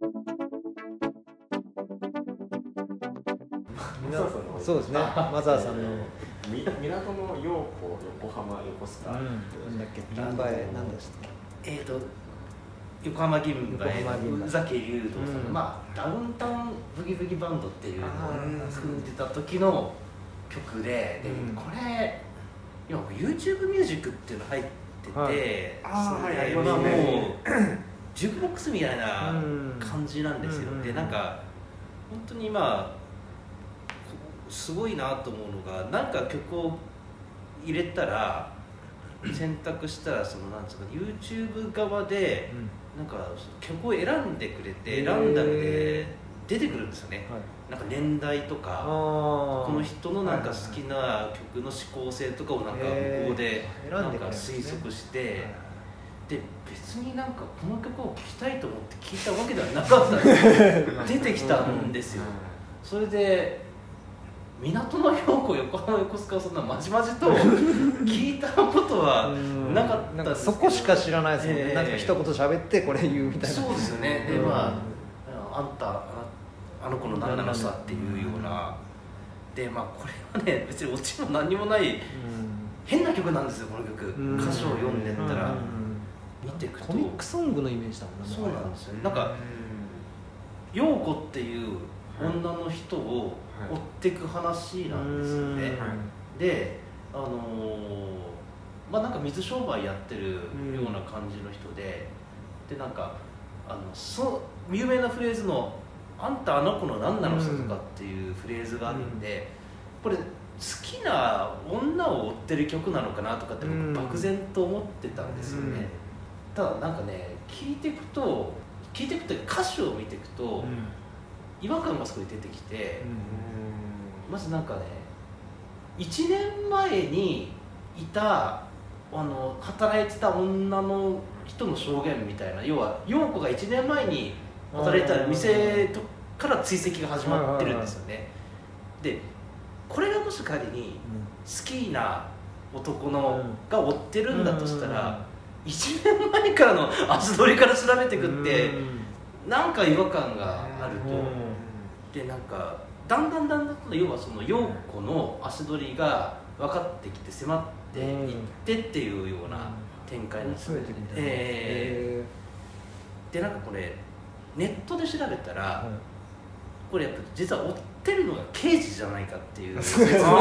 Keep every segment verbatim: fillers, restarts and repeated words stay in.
そうですね、マザーさんのみ港の陽子、横浜、横須賀、うん、 なんだっけ、銀馬へ何でしたっけ、 えーと横浜銀馬へ宇崎竜童さんの、うん、まあ、ダウンタウンブギブギバンドっていうのを組んでた時の曲で、で、うん、これいや YouTube ミュージックっていうの入ってて、はい、あそれでもうジュークボックスみたいな感じなんですよ、うん、でなんか本当に今すごいなと思うのが、なんか曲を入れたら選択したら、そのなんつうか YouTube 側でなんか曲を選んでくれて、ランダムで出てくるんですよね、はい、なんか年代とかこの人のなんか好きな曲の指向性とかをなんか向こうでなんか推測して、で別になんかこの曲を聴きたいと思って聴いたわけではなかったんです出てきたんですよ。それで港の陽子、横浜横須賀をそんなまじまじと聞いたことはなかったんですけど、 そこしか知らないですもんね、えー、なんか一言喋ってこれ言うみたいな。 そうですよね。で、まあ、あんたああの子の何なのさっていうような、で、まあこれはね別にオチも何にもない変な曲なんですよ、この曲。歌詞を読んでったら見ていくとコミックソングのイメージだもんね。 そうなんですよね。なんか陽子っていう女の人を追っていく話なんですよね。で、あのー、まあなんか水商売やってるような感じの人で、でなんかあのそ有名なフレーズの「あんたあの子の何なのさ」とかっていうフレーズがあるんで、これ好きな女を追ってる曲なのかなとかって僕漠然と思ってたんですよね。ただなんかね、聞いていくと聞いていくと歌詞を見ていくと違和感がすごい出てきて、まずなんかね、いちねんまえにいたあの働いてた女の人の証言みたいな、要は陽子がいちねんまえに働いてた店から追跡が始まってるんですよね。でこれがもし仮に好きな男のが追ってるんだとしたら、いちねんまえからの足取りから調べていくってなんか違和感があると。でなんかだんだんだんだんと要はその陽子の足取りが分かってきて迫っていってっていうような展開なんですよね。えー、でなんかこれネットで調べたら、これやっぱ実は追ってるのが刑事じゃないかっていう都市伝説的な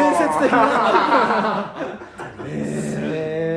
あったりするんですよね。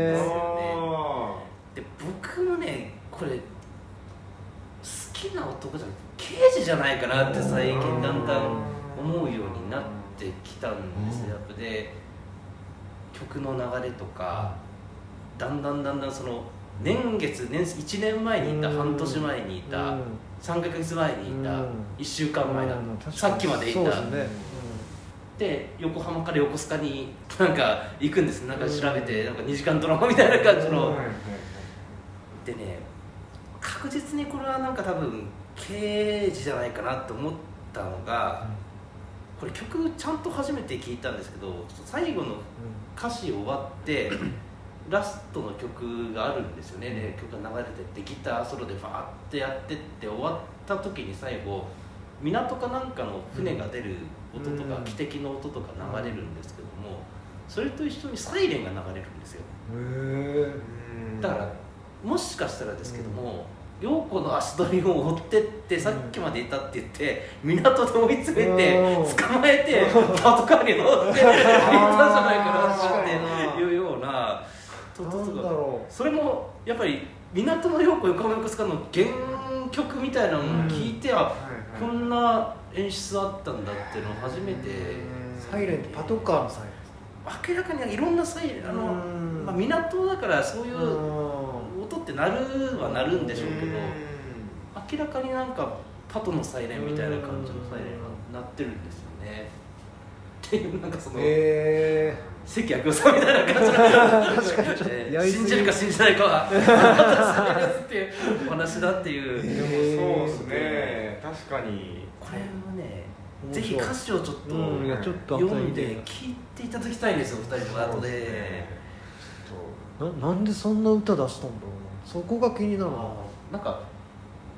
で僕もねこれ好きな男じゃなくて刑事じゃないかなって最近だんだん思うようになってきたんですよ。やっぱで曲の流れとかだんだんだんだんその年月年いちねんまえにいた、半年前にいた、さんかげつまえにいた、いっしゅうかんまえだと、さっきまでいたで横浜から横須賀になんか行くんです。なんか調べてなんかにじかんドラマみたいな感じのでね、確実にこれはなんか多分刑事じゃないかなと思ったのが、これ曲ちゃんと初めて聞いたんですけど、最後の歌詞終わってラストの曲があるんですよね。で曲が流れてってギターソロでファーってやってって終わった時に最後港かなんかの船が出る音とか汽笛の音とか流れるんですけども、それと一緒にサイレンが流れるんですよ。へー。だからもしかしたらですけども、陽子の足取りを追ってってさっきまでいたって言って港で追い詰めて捕まえてパトカーに乗って行ったんじゃないかなっていうようなとととか、それもやっぱり港の陽子横浜横須賀の原曲みたいなのを聞いては、こんな演出あったんだっていうのを初めて。 サイレンってパトカーのサイレン、 明らかにいろんなサイレン、あの、まあ、港だからそういう音って鳴るは鳴るんでしょうけど、明らかになんかパトのサイレンみたいな感じのサイレンが鳴ってるんですよね。っていうなんかその、えー、関明夫さんみたいな感じの確かにちょっと信じるか信じないかはっていうお話だっていう。 でもそうですね、確かにこれはね、ぜひ歌詞をちょっと、うん、いやちょっと読んで聞いていただきたいんですよ、ふたりとも後で。 な, なんでそんな歌出したんだろうな、そこが気になるな。 なんか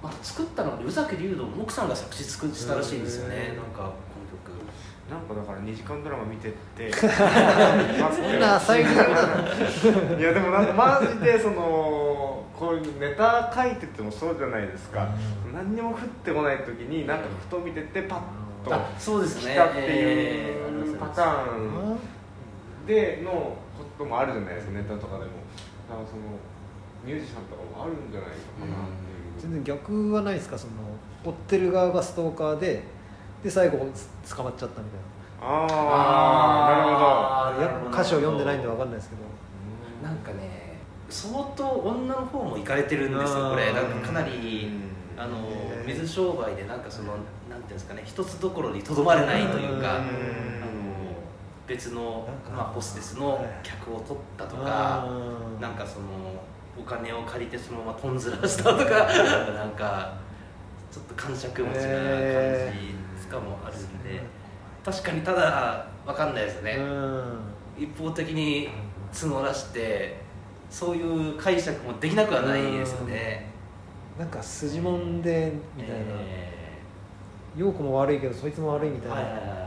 まあ、作ったのが宇崎竜童の奥さんが作詞作したらしいんですよね、なんかこの曲なんかだからにじかんドラマ見てってそんな浅い理由なのいやでもなんかマジでそのこういうネタ書いててもそうじゃないですか、うん、何にも降ってこない時になんかふと見ててパッとそうですね来たっていうパターンでのこともあるじゃないですか、ネタとかでも。だからそのミュージシャンとかもあるんじゃないかなっていう、 全然逆はないですか、その追ってる側がストーカーでで最後捕まっちゃったみたいな。 ああ、なるほど。 歌詞を読んでないんで分かんないですけど、 なんかね相当女の方も行かれてるんですよこれ。なんかかなりあの水商売でなんかそのなんていうんですかね、一つどころにとどまれないというか、あの別のまあホステスの客を取ったとか、なんかそのお金を借りてそのままとんずらしたとかなんかちょっと感触持ちな感じとかもあるんで、確かにただ分かんないですよね。一方的に募らしてそういう解釈もできなくはないですよね。 なんか筋もんでみたいな、陽子も悪いけどそいつも悪いみたいな、追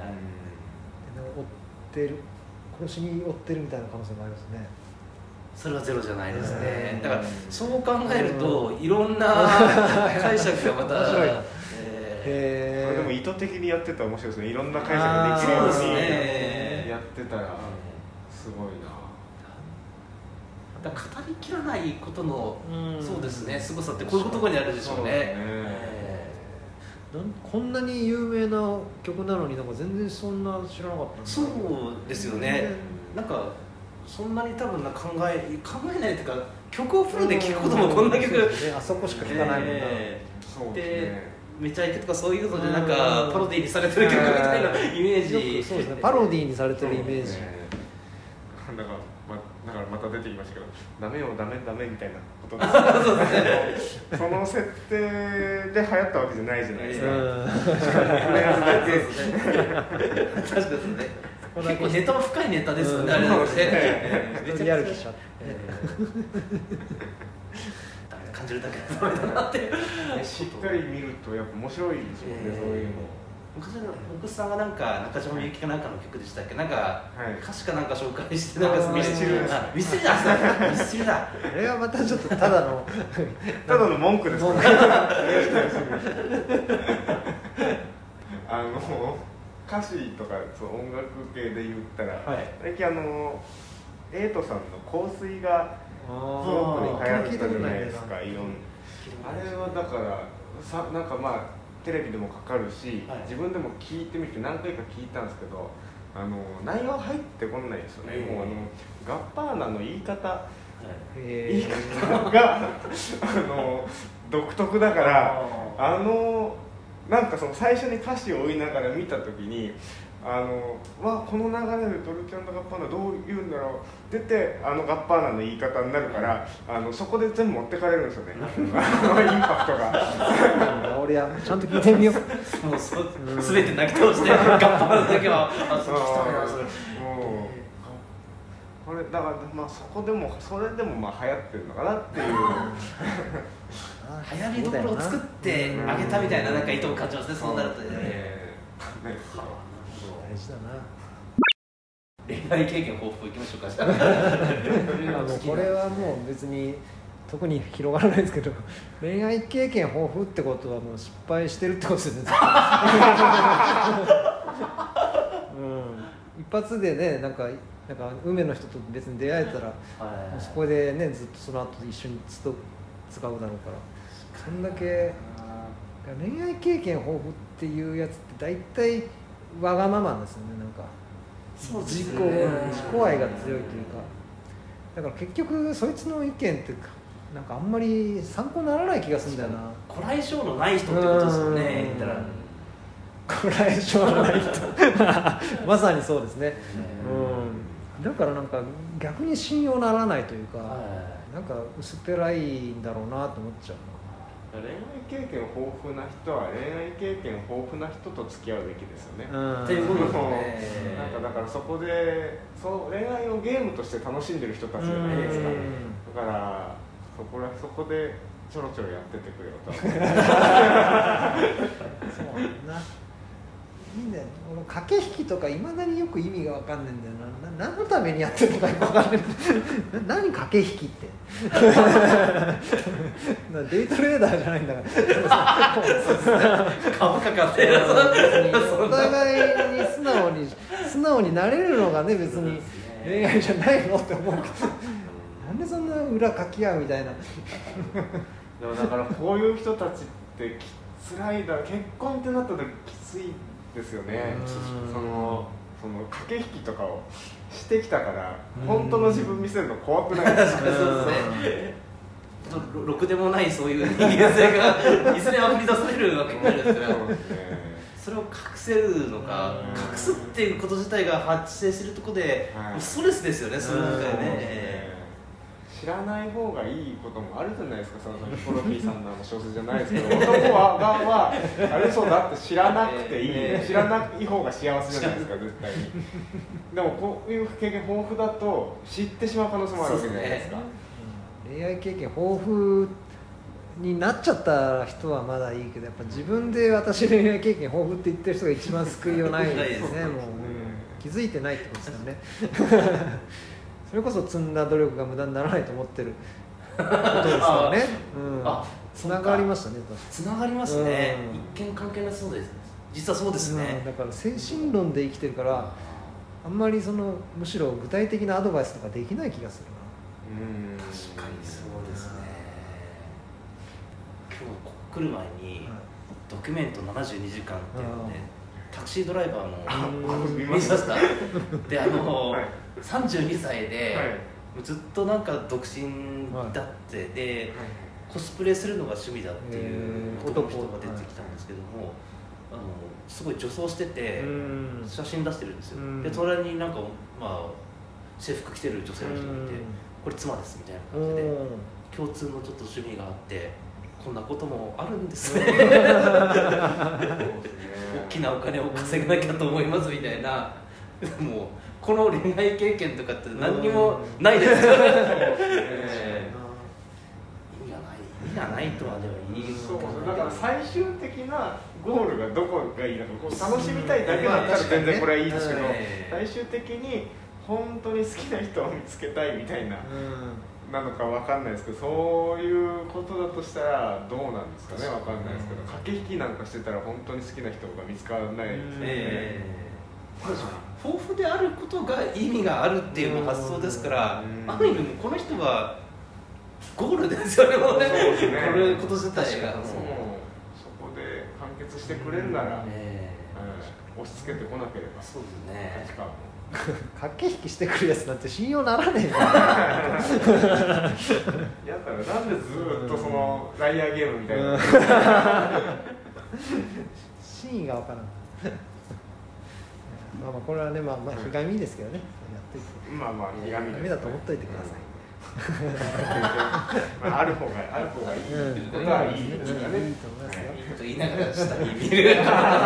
ってる殺しに追ってるみたいな可能性もありますね。 それはゼロじゃないですね。だからそう考えるといろんな解釈がまた面白い。 えー、これでも意図的にやってたら面白いですね。いろんな解釈ができるようにやってたらすごいな。 だから語りきらないことの、そうですね、凄さってこういうところにあるでしょうね。 こんなに有名な曲なのになんか全然そんな知らなかった。 そうですよね。なんかそんなに多分な考え考えないというか、曲をフルで聴くこともこんな曲、 あそこしか聴かないもんな。 そうですね。 めちゃイケとかそういうのでなんかパロディーにされてる曲みたいなイメージ。 そうですね。パロディーにされてるイメージ。 だからまだからまた出てきましたけど、ダメよダメダメみたいなことですけど、その設定で流行ったわけじゃないじゃないですか。フレーズだけ。 確かですね。結構ネタも深いネタですよね。あれですね。 めっちゃリアル気しちゃって。 感じるだけでダメだなって。 しっかり見るとやっぱ面白いですよね、そういうの。 昔の奥さんがなんか中島みゆきかなんかの曲でしたっけ、なんか歌詞かなんか紹介してなんかミスチルです。 ミスチルだ。ミスチルだ。 あれはまたちょっとただのただの文句ですね。あの歌詞とかそう音楽系で言ったら、最近あのエイトさんの香水がすごく流行ったじゃないですか。イオン。あれはだからさなんかまあ。テレビでもかかるし、はい、自分でも聞いてみて何回か聞いたんですけど、あの内容入ってこないですよね。もうあのガッパーナの言い方、はい、言い方があの独特だから、あのなんかその最初に歌詞を追いながら見た時に、あのわこの流れでドルチャンドガッパーナどう言うんだろう出て、あのガッパーナの言い方になるから、あのそこで全部持ってかれるんですよね。あのインパクトが。 俺はちゃんと聞いてみよう。 もうそ全て泣き通してガッパーナだけはあそう来たね。 もうこれだからまあそこでもそれでもまあ流行ってるのかなっていう。 流行りどころを作ってあげたみたいななんか意図を感じますね。そうなるとね。 大事だな。 恋愛経験豊富いきましょうか。じゃああのこれはもう別に特に広がらないですけど、恋愛経験豊富ってことはもう失敗してるってことですね。うん、一発でね、なんかなんか運命の人と別に出会えたら、もうそこでねずっとその後一緒にずっと使うだろうから、そんだけ恋愛経験豊富っていうやつって大体わがままですよね。なんかそうですね、自己自己愛が強いというか、だから結局そいつの意見ってなんかあんまり参考にならない気がするんだよな。 こらえ性のない人ってことですよね。言ったらこらえ性のない人まさにそうですね。うん、だからなんか逆に信用ならないというか、なんか薄っぺらいんだろうなと思っちゃうな。 恋愛経験豊富な人は恋愛経験豊富な人と付き合うべきですよね。 っていうことですね。 なんかだからそこでそう恋愛をゲームとして楽しんでる人たちじゃないですか。だからそこらそこでちょろちょろやっててくれよとそうないいんだよね。俺駆け引きとかいまだによく意味が分かんないんだよな。な何のためにやってるのかよく分かんないな何駆け引きってデイトレーダーじゃないんだから株価買ってお互いに素直に素直になれるのがね別に恋愛じゃないのって思うけどなんでそんな裏書き合うみたいなでもだからこういう人たちって辛いだ結婚ってなった時きついですよね。そのその駆け引きとかをしてきたから本当の自分見せるの怖くないですか。そうですね。ろくでもないそういう人間性がいずれあふれ出されるわけになるんですから、それを隠せるのか、隠すっていうこと自体が発生してるところでストレスですよね。その中でね。 知らない方がいいこともあるじゃないですか。そのヒコロヒーさんの小説じゃないですけど、男は側はあれそうだって知らなくていい、知らない方が幸せじゃないですか絶対に。でもこういう経験豊富だと知ってしまう可能性もあるわけじゃないですか。 恋愛経験豊富になっちゃった人はまだいいけど、やっぱ自分で私恋愛経験豊富って言ってる人が一番救いようないですね。もう気づいてないってことですよね。それこそ積んだ努力が無駄にならないと思ってることですからね。うん、あ、つながりましたね。 つながりますね、うん、一見関係なそうです。実はそうですね、 うん、だから精神論で生きてるからあんまりそのむしろ具体的なアドバイスとかできない気がするな。 うん、確かにそうですね。今日ここ来る前に、はい、ドキュメントななじゅうにじかんっていうのでタクシードライバーの見ました。で、あの、はい、さんじゅうにさいで、はい、ずっとなんか独身だって、はい、で、はい、コスプレするのが趣味だっていう男の人が出てきたんですけども、あのすごい女装してて写真出してるんですよ。で、隣になんか、まあ、制服着てる女性の人がいて、これ妻ですみたいな感じで共通のちょっと趣味があって、こんなこともあるんですね大きなお金を稼がなきゃと思いますみたいな。もうこの恋愛経験とかって何にもないですよね。意味がない意味がないとはでも言いそうだから最終的なゴールがどこがいいのか、こう楽しみたいだけだったら全然これはいいですけど、最終的に本当に好きな人を見つけたいみたいななのかわかんないですけど、そういうことだとしたらどうなんですかね。わかんないですけど、駆け引きなんかしてたら本当に好きな人が見つからないですよね。えー、 豊富であることが意味があるっていう発想ですから、ある意味この人はゴールですよね。もうね、そうですね、これこと自体がそこで完結してくれるなら、えー、押し付けてこなければ。 そうですね。 確か駆け引きしてくるやつなんて信用ならねえよ。 やったらなんでずっとそのライアーゲームみたいな真意がわからん。まあまあこれはね、まあまあひがみですけどね、やっていて、 まあまあひがみダメだと思っといてください。 まあある方がある方がいいっていうことはいいですかね。いいと思いますよ。 と言いながら下に見る。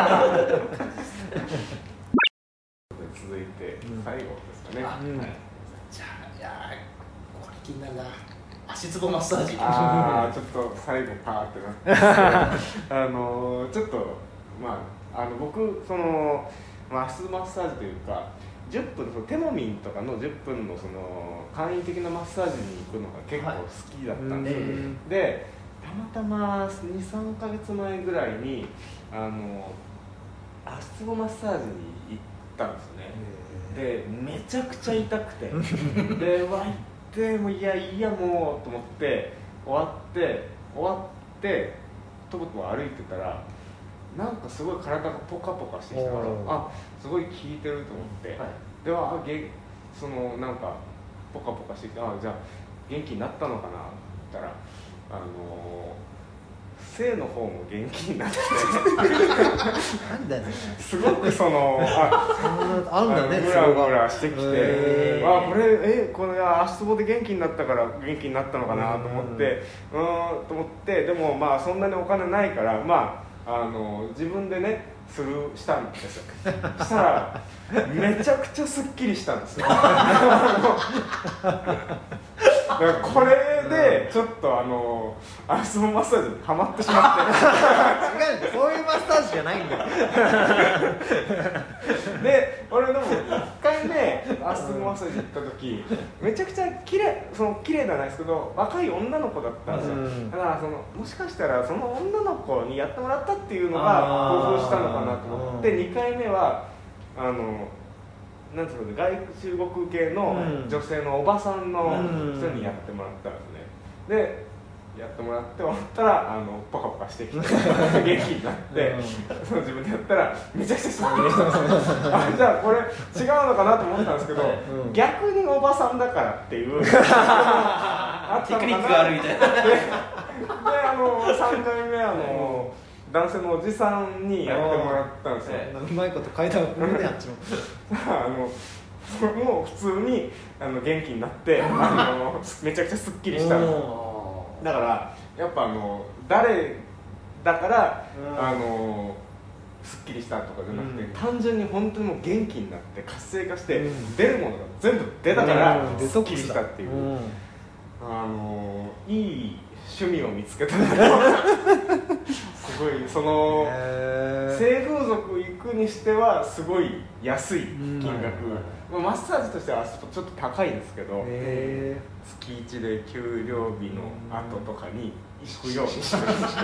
続いて最後ですかね。 うんはい、じゃあいやこれ気になるな。足つぼマッサージ。 ああちょっと最後パーってなってあのちょっとまああの僕その足つぼマッサージというかじゅっぷんそのテモミンとかのじゅっぷんのその簡易的なマッサージに行くのが結構好きだったんですよ。はい、でたまたまにさんかげつまえぐらいにあの足つぼマッサージに行ったんですよね。でめちゃくちゃ痛くてでわいってもういやいやもうと思って終わって終わってとぼとぼ歩いてたらなんかすごい体がポカポカしてきたから、あすごい効いてると思って、はい、ではあげそのなんかポカポカしてきて、あじゃあ元気になったのかなって言ったらあのー性の方も元気になってなんだよねすごくそのああるんだね、 ムラムラしてきて、あこれえこれ足つぼで元気になったから元気になったのかなと思ってうーんと思って、でもまあそんなにお金ないからまああの自分でねするしたんですよ。したらめちゃくちゃすっきりしたんですよ。だからこれでちょっとあのアスモマッサージにハマってしまって違うんだよ、そういうマッサージじゃないんだよで俺でもいっかいめアスモマッサージ行った時めちゃくちゃ綺麗その綺麗じゃないですけど若い女の子だったんですよ、うん、だからそのもしかしたらその女の子にやってもらったっていうのが興奮したのかなと思ってにかいめはあのなんていうの外中国系の女性のおばさんの人にやってもらったんですね、でやってもらって終わったらあのポカポカしてきて元気になって、うん、その自分でやったらめちゃくちゃすっきりしたんですよあじゃあこれ違うのかなと思ったんですけど、うん、逆におばさんだからっていうあったのかなテクニックがあるみたいなでであのさんかいめあの男性のおじさんにやってもらったんですよ。 うまいこと階段を踏むねあっちもあのそれも普通にあの元気になってあのめちゃくちゃすっきりしたんですよ。だからやっぱあの誰だから、あのすっきりしたとかじゃなくて、うん、単純に本当にもう元気になって活性化して、うん、出るものが全部出たから、うん、すっきりしたっていう、うん、あのいい趣味を見つけたすごいその性風俗行くにしてはすごい安い金額、うん、マッサージとしてはちょっと高いんですけど月いちで給料日の後とかに行くようにして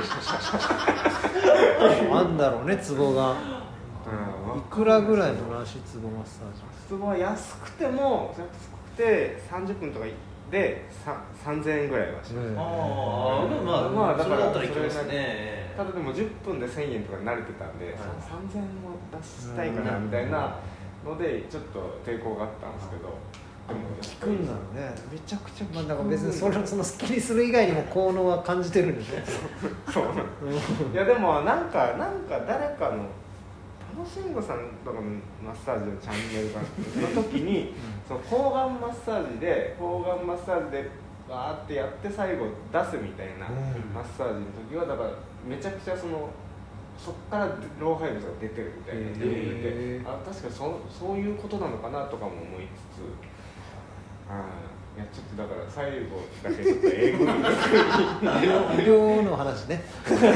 あんだろうねツボが、うん、いくらぐらいのらしいツボマッサージツボは安くても安くてさんじゅっぷんとかでさんぜんえんぐらいはします、ね、 ああまあまあだからそれだったらいきますね。 ただでもじゅっぷんでせんえんとかに慣れてたんで、はい、さんぜんえんも出したいかなみたいなのでちょっと抵抗があったんですけど、 でも効くんだろうね。めちゃくちゃ、まあ、だから別にそれそのスッキリする以外にも効能は感じてるんでしょそういやでもなんかなんか誰かの楽しんごさんとかのマッサージのチャンネルかの時に、うん、その抗がんマッサージで抗がんマッサージでバーってやって最後出すみたいなマッサージの時はだからめちゃくちゃそのそこから老廃物が出てるみたいなって言って、あ確かに そ, そういうことなのかなとかも思いつつ、あいやちょっとだから最後だけちょっと英語に無料の話ね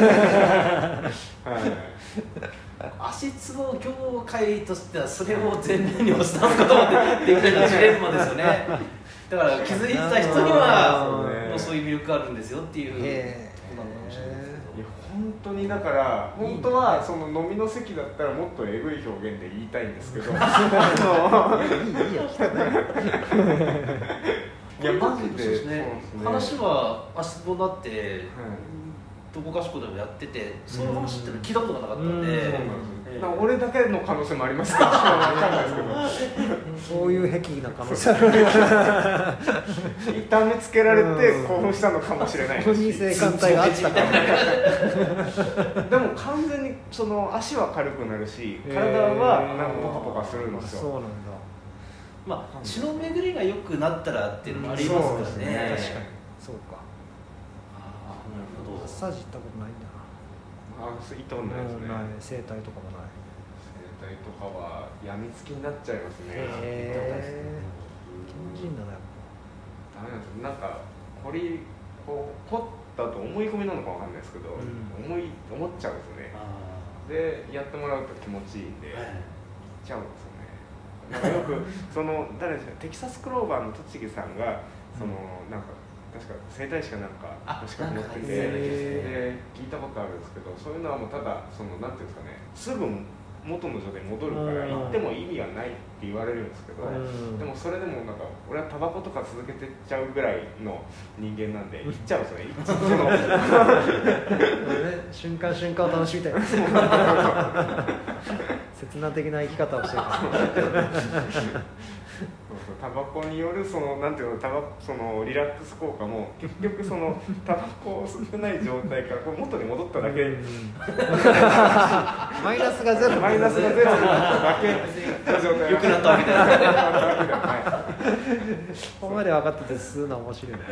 はい足つぼ業界としてはそれを前面に押し出すこともできないジレンマですよね。だから気づいた人にはもうそういう魅力あるんですよっていうことなのかもしれないですけど、いや本当にだから本当はその飲みの席だったらもっとエグい表現で言いたいんですけどいやマジで、 そうですね、話は足つぼだって、うんどこかしこでもやってて、そういう話って聞いたことがなかったんで、うんそうなんです、えー、俺だけの可能性もありますから分かんないですけどそういう癖な可能性ある痛めつけられて興奮したのかもしれないし、 ここに性感帯があったからでも完全にその足は軽くなるし体はなんかポカポカするんですよ。 そうなんだ。 まあ血の巡りが良くなったらっていうのもありますからね。 確かにそうか。マッサージ行ったことないんだな。 あ、行ったことないですね。 整体とかもない。 整体とかは病みつきになっちゃいますね。 へえ。気持ちいいんだなやっぱ。ダメなんですよ。なんか凝りこう凝ったと思い込みなのかわかんないですけど、うん、思い思っちゃうんですよね。でやってもらうと気持ちいいんで、はい、行っちゃうんですよね。なんかよくその誰ですか、テキサスクローバーの栃木さんがその、うん、なんか。確か整体師かなんか資格持っててで聞いたことあるんですけど、そういうのはもうただそのなんていうんですかね、すぐ元の状態に戻るから行っても意味がないって言われるんですけど、でもそれでもなんか俺はタバコとか続けてっちゃうぐらいの人間なんで行っちゃうんですよね。その瞬間瞬間を楽しみたいな刹那的な生き方をしてるからタバコによるそのなんていうの、タバそのリラックス効果も結局そのタバコを吸ってない状態からこう元に戻っただけマイナスがゼロマイナスがゼロになっただけの状態良くなったわけだよここまで分かってて吸うのは面白いね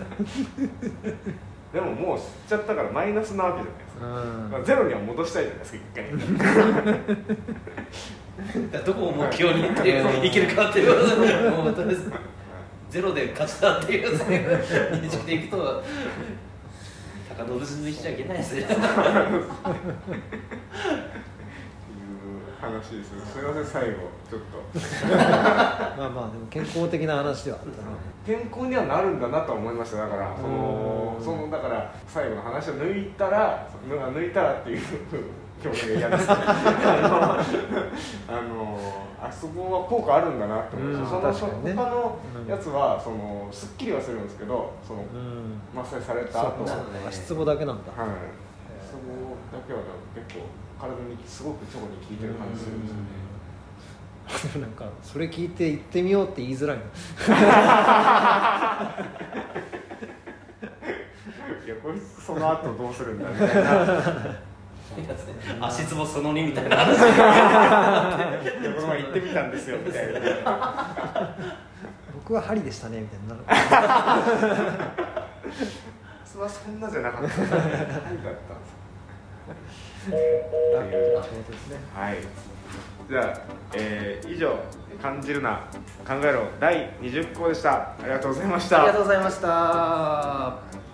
でももう吸っちゃったからマイナスなわけじゃないですか、うん、ゼロには戻したいじゃないですか一回どこを目標にっていけるかっていうことでもうゼゼロで勝ちだっていうそういう認識でいくと高信ずにしちゃいけないですよ話です。すみません、最後ちょっとまあまあでも健康的な話ではあったな。 健康にはなるんだなと思いました。だからそのそのだから最後の話を抜いたら抜いたらっていう表現が嫌ですあのあのあそこは効果あるんだなって思いました。その、ね、他のやつはそのすっきりはするんですけど、そのマッサージされた後の足つぼだけなんだ。 はい。そこだけは結構体にすごく腸に効いてる感じするんですよね。 なんかそれ聞いて行ってみようって言いづらいのいやこいつその後どうするんだみたいな足つぼそのにみたいな話この前行ってみたんですよみたいな僕は針でしたねみたいになるそれはそんなじゃなかった針だったんですというですね。はい。じゃあ、えー、以上感じるな考えろだいにじゅっこうでした。ありがとうございました。 ありがとうございました。